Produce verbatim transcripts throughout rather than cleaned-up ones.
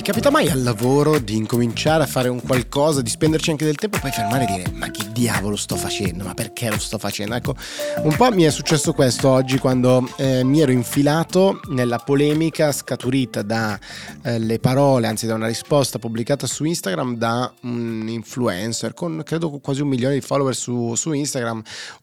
capita mai al lavoro di incominciare a fare un qualcosa, di spenderci anche del tempo, poi fermare e dire ma che diavolo sto facendo, ma perché lo sto facendo? Ecco, un po' mi è successo questo oggi quando eh, mi ero infilato nella polemica scaturita da eh, le parole, anzi da una risposta pubblicata su Instagram da un influencer con credo quasi un milione di follower su, su Instagram,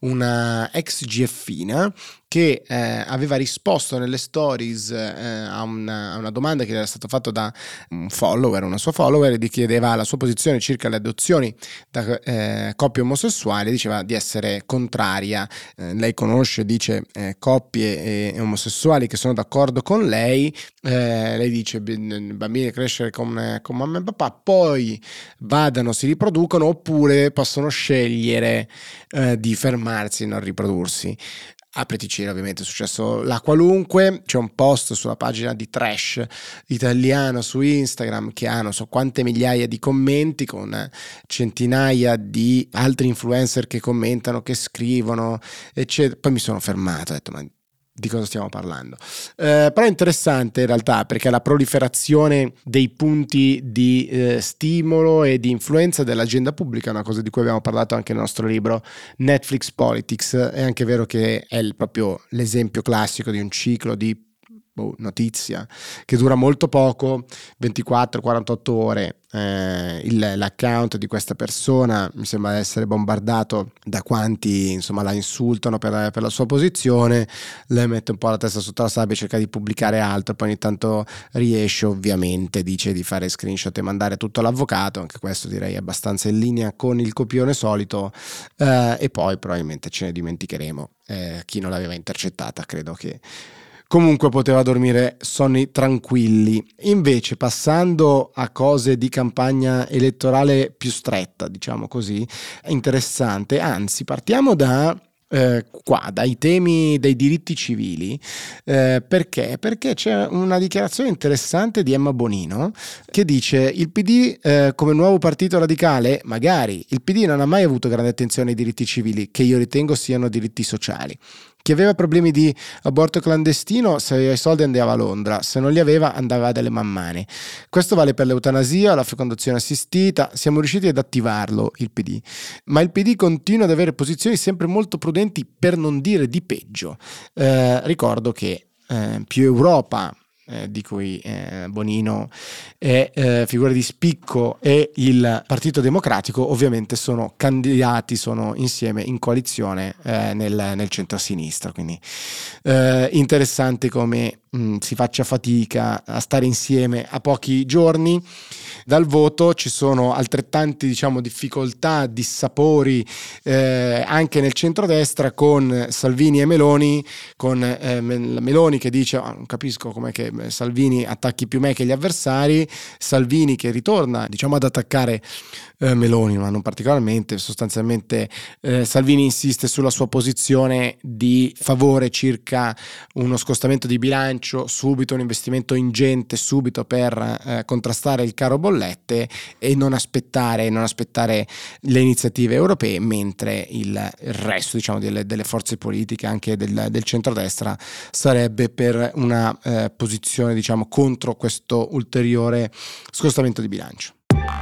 una ex G F-ina che eh, aveva risposto nelle stories eh, a, una, a una domanda che era stata fatta da un follower, una sua follower, e chiedeva la sua posizione circa le adozioni da eh, coppie omosessuali. Diceva di essere contraria. Eh, lei conosce, dice, eh, coppie eh, omosessuali che sono d'accordo con lei. Eh, lei dice bambini crescere con, con mamma e papà, poi vadano, si riproducono, oppure possono scegliere eh, di fermarsi e non riprodursi. Apriti cielo, ovviamente è successo la qualunque. C'è un post sulla pagina di Trash Italiano su Instagram che ha non so quante migliaia di commenti, con centinaia di altri influencer che commentano, che scrivono, eccetera. Poi mi sono fermato, ho detto ma di cosa stiamo parlando? Eh, però è interessante in realtà, perché la proliferazione dei punti di eh, stimolo e di influenza dell'agenda pubblica è una cosa di cui abbiamo parlato anche nel nostro libro Netflix Politics. È anche vero che è il, proprio l'esempio classico di un ciclo di boh, notizia che dura molto poco, ventiquattro quarantotto ore. Eh, il, l'account di questa persona mi sembra essere bombardato da quanti insomma la insultano per, per la sua posizione. Lei mette un po' la testa sotto la sabbia, cerca di pubblicare altro, poi ogni tanto riesce, ovviamente dice di fare screenshot e mandare tutto all'avvocato, anche questo direi abbastanza in linea con il copione solito, eh, e poi probabilmente ce ne dimenticheremo. Eh, chi non l'aveva intercettata credo che comunque poteva dormire sonni tranquilli. Invece, passando a cose di campagna elettorale più stretta, diciamo così, è interessante. Anzi, partiamo da eh, qua, dai temi dei diritti civili. Eh, perché? Perché c'è una dichiarazione interessante di Emma Bonino che dice: il P D eh, come nuovo partito radicale, magari. Il P D non ha mai avuto grande attenzione ai diritti civili, che io ritengo siano diritti sociali. Chi aveva problemi di aborto clandestino, se aveva i soldi andava a Londra, se non li aveva andava a delle mammane. Questo vale per l'eutanasia, la fecondazione assistita. Siamo riusciti ad attivarlo, il P D, ma il P D continua ad avere posizioni sempre molto prudenti, per non dire di peggio. Eh, ricordo che eh, più Europa, Eh, di cui eh, Bonino è eh, figura di spicco, e il Partito Democratico ovviamente sono candidati, sono insieme in coalizione eh, nel, nel centro-sinistra, quindi eh, interessante come mh, si faccia fatica a stare insieme a pochi giorni dal voto. Ci sono altrettanti, diciamo, difficoltà, dissapori eh, anche nel centrodestra, con Salvini e Meloni, con eh, Meloni che dice ah, non capisco com'è che Salvini attacchi più me che gli avversari, Salvini che ritorna, diciamo, ad attaccare eh, Meloni, ma non particolarmente. Sostanzialmente eh, Salvini insiste sulla sua posizione di favore circa uno scostamento di bilancio subito, un investimento ingente subito per eh, contrastare il caro bollette e non aspettare non aspettare le iniziative europee, mentre il, il resto, diciamo, delle, delle forze politiche anche del, del centrodestra sarebbe per una eh, posizione, diciamo, contro questo ulteriore scostamento di bilancio.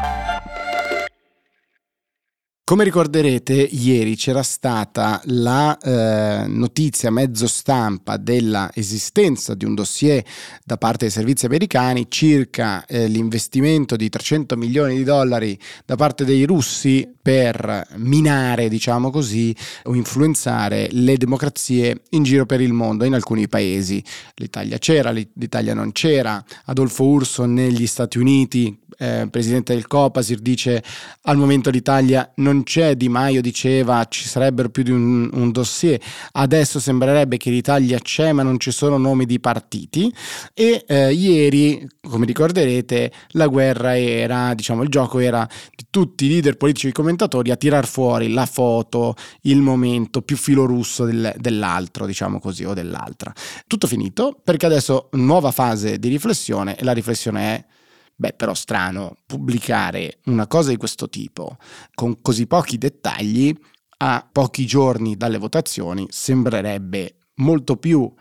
Come ricorderete, ieri c'era stata la eh, notizia mezzo stampa della esistenza di un dossier da parte dei servizi americani circa eh, l'investimento di trecento milioni di dollari da parte dei russi per minare, diciamo così, o influenzare le democrazie in giro per il mondo, in alcuni paesi. L'Italia c'era, l'Italia non c'era. Adolfo Urso negli Stati Uniti, eh, presidente del Copasir, dice al momento l'Italia non c'è. Di Maio diceva ci sarebbero più di un, un dossier. Adesso sembrerebbe che l'Italia c'è, ma non ci sono nomi di partiti. E eh, ieri, come ricorderete, la guerra era, diciamo, il gioco era di tutti i leader politici e commentatori a tirar fuori la foto, il momento più filorusso del, dell'altro, diciamo così, o dell'altra. Tutto finito, perché adesso nuova fase di riflessione, e la riflessione è: beh, però strano pubblicare una cosa di questo tipo con così pochi dettagli a pochi giorni dalle votazioni. Sembrerebbe molto più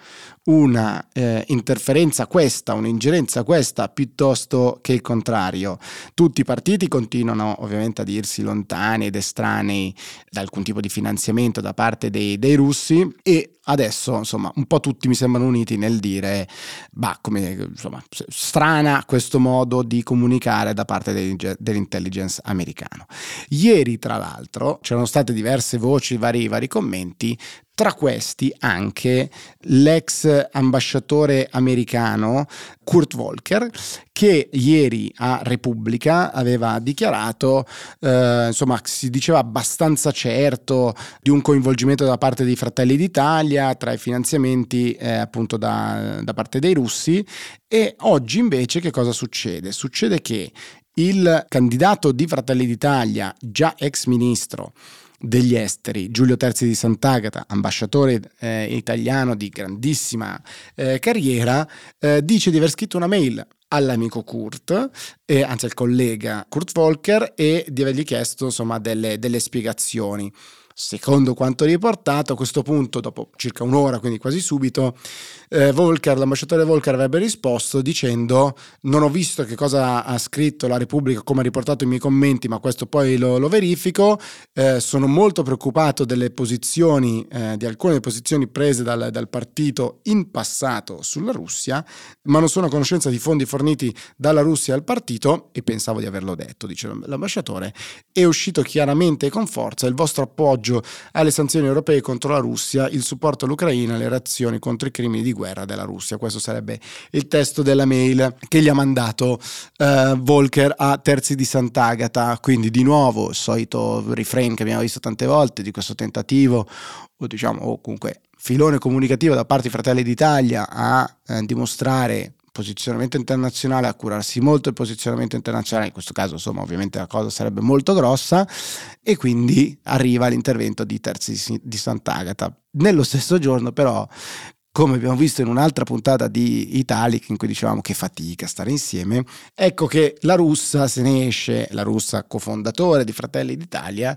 una eh, interferenza questa, un'ingerenza questa, piuttosto che il contrario. Tutti i partiti continuano ovviamente a dirsi lontani ed estranei da alcun tipo di finanziamento da parte dei, dei russi, e adesso insomma un po' tutti mi sembrano uniti nel dire bah, come insomma strana questo modo di comunicare da parte dell'intelligence americano. Ieri tra l'altro c'erano state diverse voci, vari, vari commenti, tra questi anche l'ex ambasciatore americano Kurt Volker, che ieri a Repubblica aveva dichiarato, eh, insomma si diceva abbastanza certo di un coinvolgimento da parte dei Fratelli d'Italia tra i finanziamenti eh, appunto da, da parte dei russi. E oggi invece che cosa succede? Succede che il candidato di Fratelli d'Italia, già ex ministro degli esteri, Giulio Terzi di Sant'Agata, ambasciatore eh, italiano di grandissima eh, carriera, eh, dice di aver scritto una mail all'amico Kurt, eh, anzi al collega Kurt Volker, e di avergli chiesto insomma delle, delle spiegazioni. Secondo quanto riportato, a questo punto, dopo circa un'ora, quindi quasi subito, eh, Volker, l'ambasciatore Volker avrebbe risposto dicendo: non ho visto che cosa ha scritto la Repubblica, come ha riportato i miei commenti, ma questo poi lo, lo verifico. Eh, sono molto preoccupato delle posizioni, eh, di alcune posizioni prese dal, dal partito in passato sulla Russia, ma non sono a conoscenza di fondi forniti dalla Russia al partito, e pensavo di averlo detto, dice l'ambasciatore. È uscito chiaramente e con forza il vostro appoggio alle sanzioni europee contro la Russia, il supporto all'Ucraina, le reazioni contro i crimini di guerra della Russia. Questo sarebbe il testo della mail che gli ha mandato uh, Volker a Terzi di Sant'Agata. Quindi di nuovo il solito refrain che abbiamo visto tante volte di questo tentativo, o diciamo o comunque filone comunicativo da parte di Fratelli d'Italia a eh, dimostrare posizionamento internazionale, a curarsi molto il posizionamento internazionale. In questo caso insomma ovviamente la cosa sarebbe molto grossa, e quindi arriva l'intervento di Terzi di Sant'Agata. Nello stesso giorno però, come abbiamo visto in un'altra puntata di Italic in cui dicevamo che fatica stare insieme, ecco che la russa se ne esce, la russa cofondatore di Fratelli d'Italia,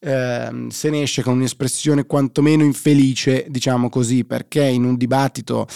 eh, se ne esce con un'espressione quantomeno infelice, diciamo così, perché in un dibattito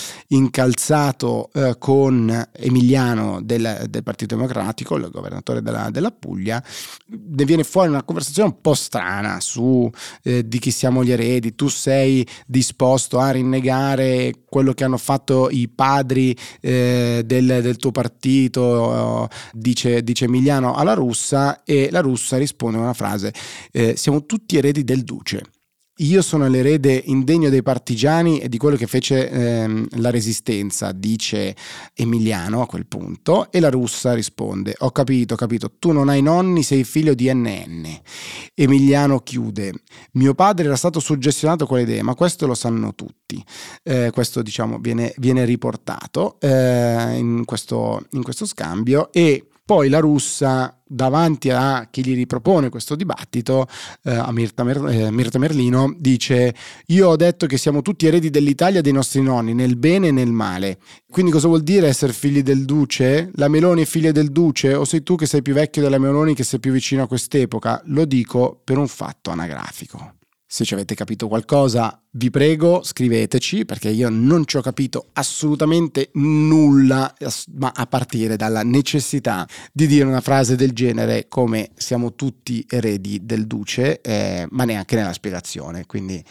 incalzato eh, con Emiliano del, del Partito Democratico, il governatore della, della Puglia, ne viene fuori una conversazione un po' strana su eh, di chi siamo gli eredi. Tu sei disposto a rinnegare quello che hanno fatto i padri eh, del, del tuo partito, dice, dice Emiliano alla russa, e la russa risponde con una frase: eh, siamo tutti eredi del duce. Io sono l'erede indegno dei partigiani e di quello che fece ehm, la resistenza, dice Emiliano a quel punto, e la russa risponde: ho capito, ho capito, tu non hai nonni, sei figlio di N N. Emiliano chiude: mio padre era stato suggestionato con le idee, ma questo lo sanno tutti. Eh, questo diciamo viene, viene riportato eh, in, questo, in questo scambio. E poi la russa, davanti a chi gli ripropone questo dibattito, eh, a Mirta, Mer- eh, Mirta Merlino, dice: io ho detto che siamo tutti eredi dell'Italia dei nostri nonni, nel bene e nel male. Quindi cosa vuol dire essere figli del duce? La Meloni è figlia del duce? O sei tu che sei più vecchio della Meloni, che sei più vicino a quest'epoca? Lo dico per un fatto anagrafico. Se ci avete capito qualcosa, vi prego, scriveteci, perché io non ci ho capito assolutamente nulla, ma a partire dalla necessità di dire una frase del genere come siamo tutti eredi del duce, eh, ma neanche nella spiegazione. Quindi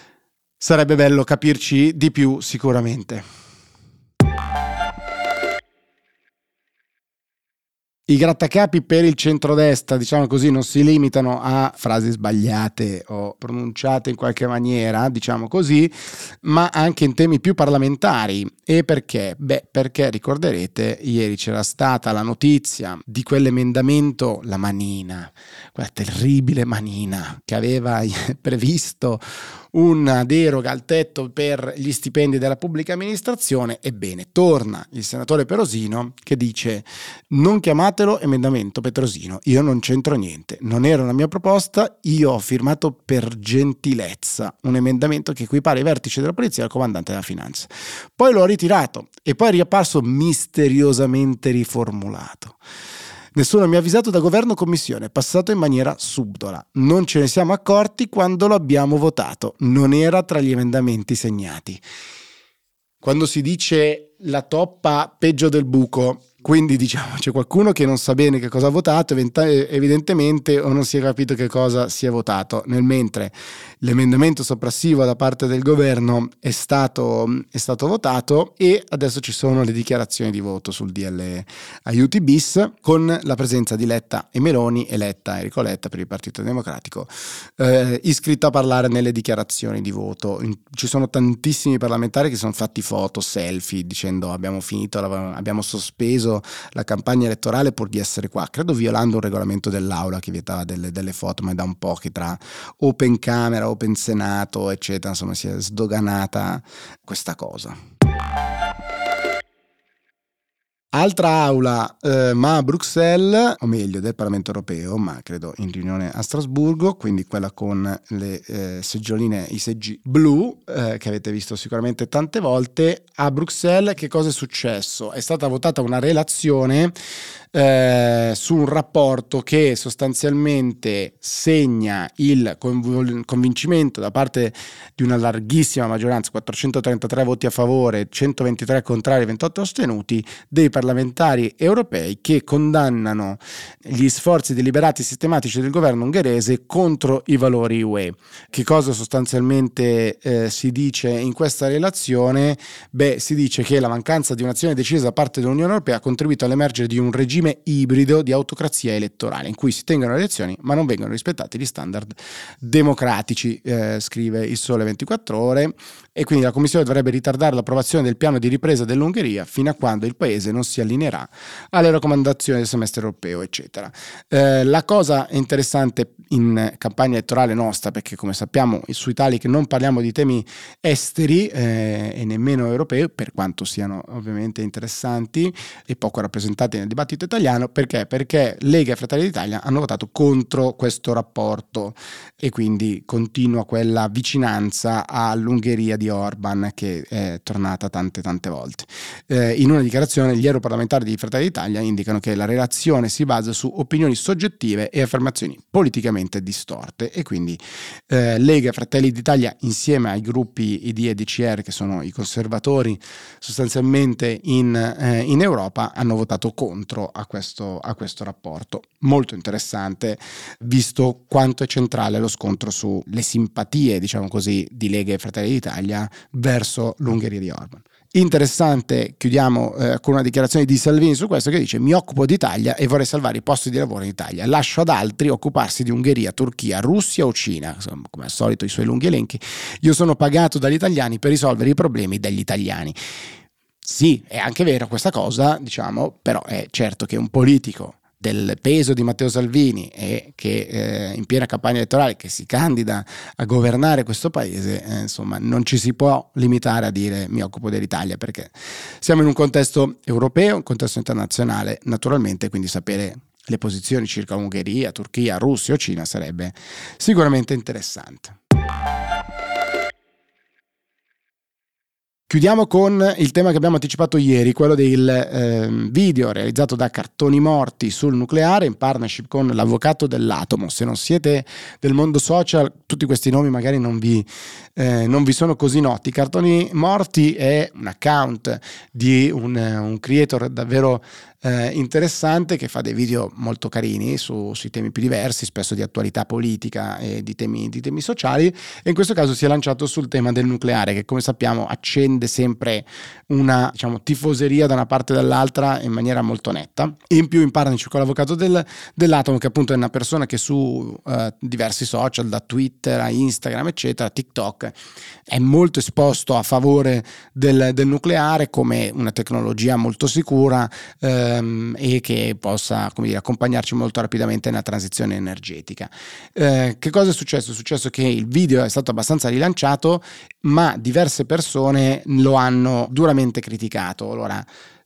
sarebbe bello capirci di più sicuramente. I grattacapi per il centrodestra, diciamo così, non si limitano a frasi sbagliate o pronunciate in qualche maniera, diciamo così, ma anche in temi più parlamentari. E perché? Beh, perché ricorderete, ieri c'era stata la notizia di quell'emendamento, la manina, quella terribile manina che aveva previsto una deroga al tetto per gli stipendi della pubblica amministrazione. Ebbene, torna il senatore Perosino che dice: non chiamatelo emendamento Petrosino, io non c'entro niente, non era una mia proposta, io ho firmato per gentilezza un emendamento che equipara i vertici della polizia al comandante della finanza. Poi lo ho ritirato e poi è riapparso misteriosamente riformulato. Nessuno mi ha avvisato da governo o commissione, è passato in maniera subdola. Non ce ne siamo accorti quando lo abbiamo votato, non era tra gli emendamenti segnati. Quando si dice la toppa peggio del buco, quindi diciamo c'è qualcuno che non sa bene che cosa ha votato, evidentemente, o non si è capito che cosa si è votato, nel mentre l'emendamento soppressivo da parte del governo è stato, è stato votato e adesso ci sono le dichiarazioni di voto sul D L aiuti bis con la presenza di Letta e Meloni e Letta, Enrico Letta per il Partito Democratico, eh, iscritto a parlare nelle dichiarazioni di voto. Ci sono tantissimi parlamentari che sono fatti foto, selfie, dicendo abbiamo finito, abbiamo sospeso la campagna elettorale pur di essere qua, credo violando un regolamento dell'aula che vietava delle, delle foto, ma è da un po' che tra Open Camera, Open Senato eccetera, insomma si è sdoganata questa cosa. Altra aula, eh, ma a Bruxelles, o meglio del Parlamento europeo, ma credo in riunione a Strasburgo, quindi quella con le eh, seggioline, i seggi blu, eh, che avete visto sicuramente tante volte. A Bruxelles che cosa è successo? È stata votata una relazione eh, su un rapporto che sostanzialmente segna il conv- convincimento da parte di una larghissima maggioranza, quattrocentotrentatré voti a favore, centoventitré contrari, ventotto astenuti, dei parlamentari europei che condannano gli sforzi deliberati e sistematici del governo ungherese contro i valori U E. Che cosa sostanzialmente eh, si dice in questa relazione? Beh, si dice che la mancanza di un'azione decisa da parte dell'Unione Europea ha contribuito all'emergere di un regime ibrido di autocrazia elettorale in cui si tengono le elezioni ma non vengono rispettati gli standard democratici, eh, scrive il Sole ventiquattro Ore, e quindi la Commissione dovrebbe ritardare l'approvazione del piano di ripresa dell'Ungheria fino a quando il paese non si allineerà alle raccomandazioni del semestre europeo, eccetera. Eh, la cosa interessante in campagna elettorale nostra, perché come sappiamo su Italic non parliamo di temi esteri eh, e nemmeno europei, per quanto siano ovviamente interessanti e poco rappresentati nel dibattito italiano, perché? Perché Lega e Fratelli d'Italia hanno votato contro questo rapporto e quindi continua quella vicinanza all'Ungheria di Orban che è tornata tante tante volte. Eh, in una dichiarazione gli europarlamentari di Fratelli d'Italia indicano che la relazione si basa su opinioni soggettive e affermazioni politicamente distorte e quindi eh, Lega e Fratelli d'Italia insieme ai gruppi I D e D C R, che sono i conservatori sostanzialmente in, eh, in Europa, hanno votato contro a questo, a questo rapporto. Molto interessante, visto quanto è centrale lo scontro sulle simpatie, diciamo così, di Lega e Fratelli d'Italia verso l'Ungheria di Orban. Interessante, chiudiamo eh, con una dichiarazione di Salvini su questo che dice: mi occupo d'Italia e vorrei salvare i posti di lavoro in Italia, lascio ad altri occuparsi di Ungheria, Turchia, Russia o Cina. Insomma, come al solito i suoi lunghi elenchi. Io sono pagato dagli italiani per risolvere i problemi degli italiani. Sì, è anche vero questa cosa, diciamo, però è certo che un politico del peso di Matteo Salvini e che eh, in piena campagna elettorale che si candida a governare questo paese, eh, insomma non ci si può limitare a dire mi occupo dell'Italia, perché siamo in un contesto europeo, un contesto internazionale naturalmente, quindi sapere le posizioni circa Ungheria, Turchia, Russia o Cina sarebbe sicuramente interessante. Chiudiamo con il tema che abbiamo anticipato ieri, quello del eh, video realizzato da Cartoni Morti sul nucleare in partnership con l'avvocato dell'atomo. Se non siete del mondo social, tutti questi nomi magari non vi, eh, non vi sono così noti. Cartoni Morti è un account di un, un creator davvero eh, interessante che fa dei video molto carini su, sui temi più diversi, spesso di attualità politica e di temi, di temi sociali, e in questo caso si è lanciato sul tema del nucleare, che come sappiamo accende sempre una, diciamo, tifoseria da una parte e dall'altra in maniera molto netta. E in più in partnership con l'avvocato del, dell'atomo, che appunto è una persona che su uh, diversi social, da Twitter a Instagram eccetera, TikTok, è molto esposto a favore del, del nucleare come una tecnologia molto sicura um, e che possa, come dire, accompagnarci molto rapidamente nella transizione energetica. Uh, che cosa è successo? È successo che il video è stato abbastanza rilanciato, ma diverse persone lo hanno duramente criticato. Allora,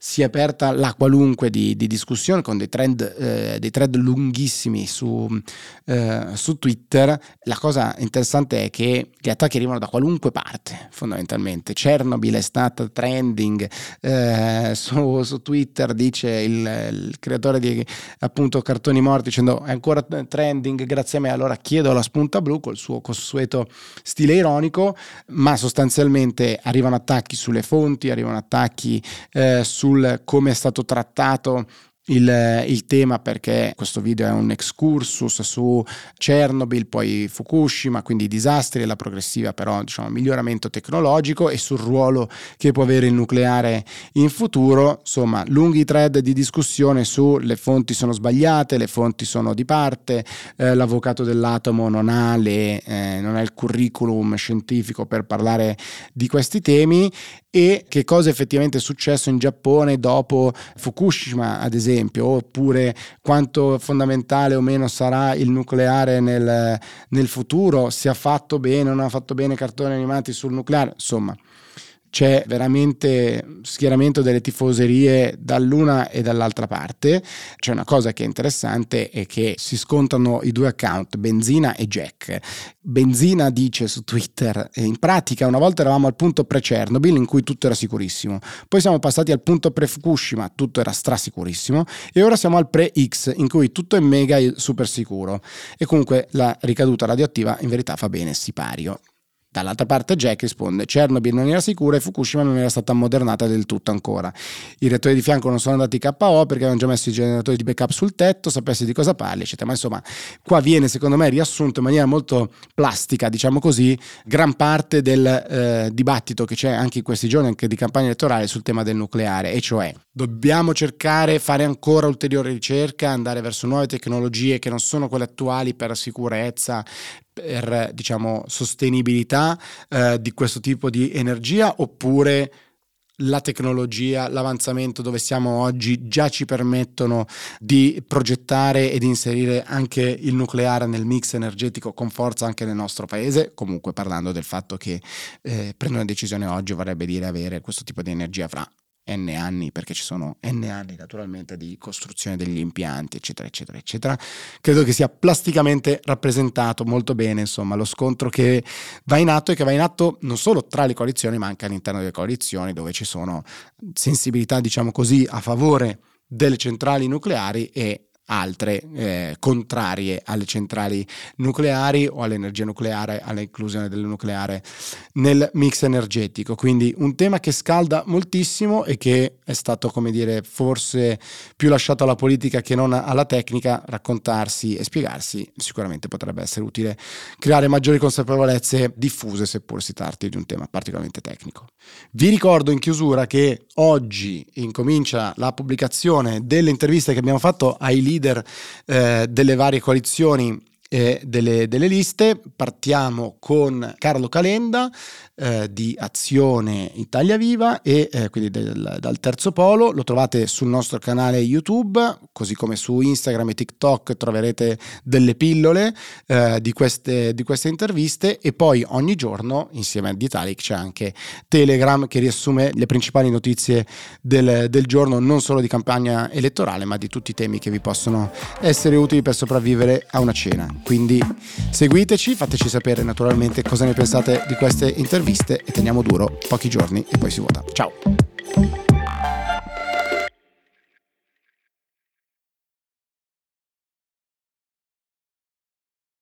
si è aperta la qualunque di, di discussione con dei thread, eh, dei thread lunghissimi su, eh, su Twitter. La cosa interessante è che gli attacchi arrivano da qualunque parte, fondamentalmente. Chernobyl è stata trending, eh, su, su Twitter dice il, il creatore di appunto Cartoni Morti dicendo è ancora trending grazie a me, allora chiedo la spunta blu col suo consueto stile ironico, ma sostanzialmente arrivano attacchi sulle fonti, arrivano attacchi eh, sul come è stato trattato Il, il tema, perché questo video è un excursus su Chernobyl, poi Fukushima, quindi i disastri e la progressiva però diciamo miglioramento tecnologico, e sul ruolo che può avere il nucleare in futuro. Insomma, lunghi thread di discussione su le fonti sono sbagliate, le fonti sono di parte, eh, l'avvocato dell'atomo non ha, le, eh, non ha il curriculum scientifico per parlare di questi temi, e che cosa effettivamente è successo in Giappone dopo Fukushima, ad esempio, oppure quanto fondamentale o meno sarà il nucleare nel, nel futuro, se ha fatto bene o non ha fatto bene cartoni animati sul nucleare. Insomma, c'è veramente schieramento delle tifoserie dall'una e dall'altra parte. C'è una cosa che è interessante, è che si scontrano i due account, Benzina e Jack. Benzina dice su Twitter, in pratica una volta eravamo al punto pre-Chernobyl in cui tutto era sicurissimo, poi siamo passati al punto pre-Fukushima, tutto era strasicurissimo, e ora siamo al pre-X in cui tutto è mega super sicuro, e comunque la ricaduta radioattiva in verità fa bene sipario. Dall'altra parte Jack risponde: Chernobyl non era sicura e Fukushima non era stata ammodernata del tutto ancora. I reattori di fianco non sono andati K O perché avevano già messo i generatori di backup sul tetto, sapessi di cosa parli, eccetera. Ma insomma, qua viene secondo me riassunto in maniera molto plastica, diciamo così, gran parte del eh, dibattito che c'è anche in questi giorni, anche di campagna elettorale, sul tema del nucleare, e cioè dobbiamo cercare, fare ancora ulteriore ricerca, andare verso nuove tecnologie che non sono quelle attuali per sicurezza, per diciamo sostenibilità eh, di questo tipo di energia, oppure la tecnologia, l'avanzamento dove siamo oggi già ci permettono di progettare ed inserire anche il nucleare nel mix energetico con forza anche nel nostro paese, comunque parlando del fatto che eh, prendere una decisione oggi vorrebbe dire avere questo tipo di energia fra n anni, perché ci sono n anni naturalmente di costruzione degli impianti, eccetera eccetera eccetera. Credo che sia plasticamente rappresentato molto bene insomma lo scontro che va in atto, e che va in atto non solo tra le coalizioni ma anche all'interno delle coalizioni, dove ci sono sensibilità diciamo così a favore delle centrali nucleari e altre eh, contrarie alle centrali nucleari o all'energia nucleare, all'inclusione del nucleare nel mix energetico. Quindi un tema che scalda moltissimo e che è stato, come dire, forse più lasciato alla politica che non alla tecnica raccontarsi e spiegarsi. Sicuramente potrebbe essere utile creare maggiori consapevolezze diffuse, seppur si tratti di un tema particolarmente tecnico. Vi ricordo in chiusura che oggi incomincia la pubblicazione delle interviste che abbiamo fatto ai leader eh, delle varie coalizioni e delle, delle liste. Partiamo con Carlo Calenda eh, di Azione Italia Viva e eh, quindi del, dal Terzo Polo. Lo trovate sul nostro canale YouTube, così come su Instagram e TikTok troverete delle pillole eh, di, queste, di queste interviste, e poi ogni giorno insieme a The Italic c'è anche Telegram che riassume le principali notizie del, del giorno, non solo di campagna elettorale ma di tutti i temi che vi possono essere utili per sopravvivere a una cena. Quindi seguiteci, fateci sapere naturalmente cosa ne pensate di queste interviste, e teniamo duro pochi giorni e poi si vota. Ciao!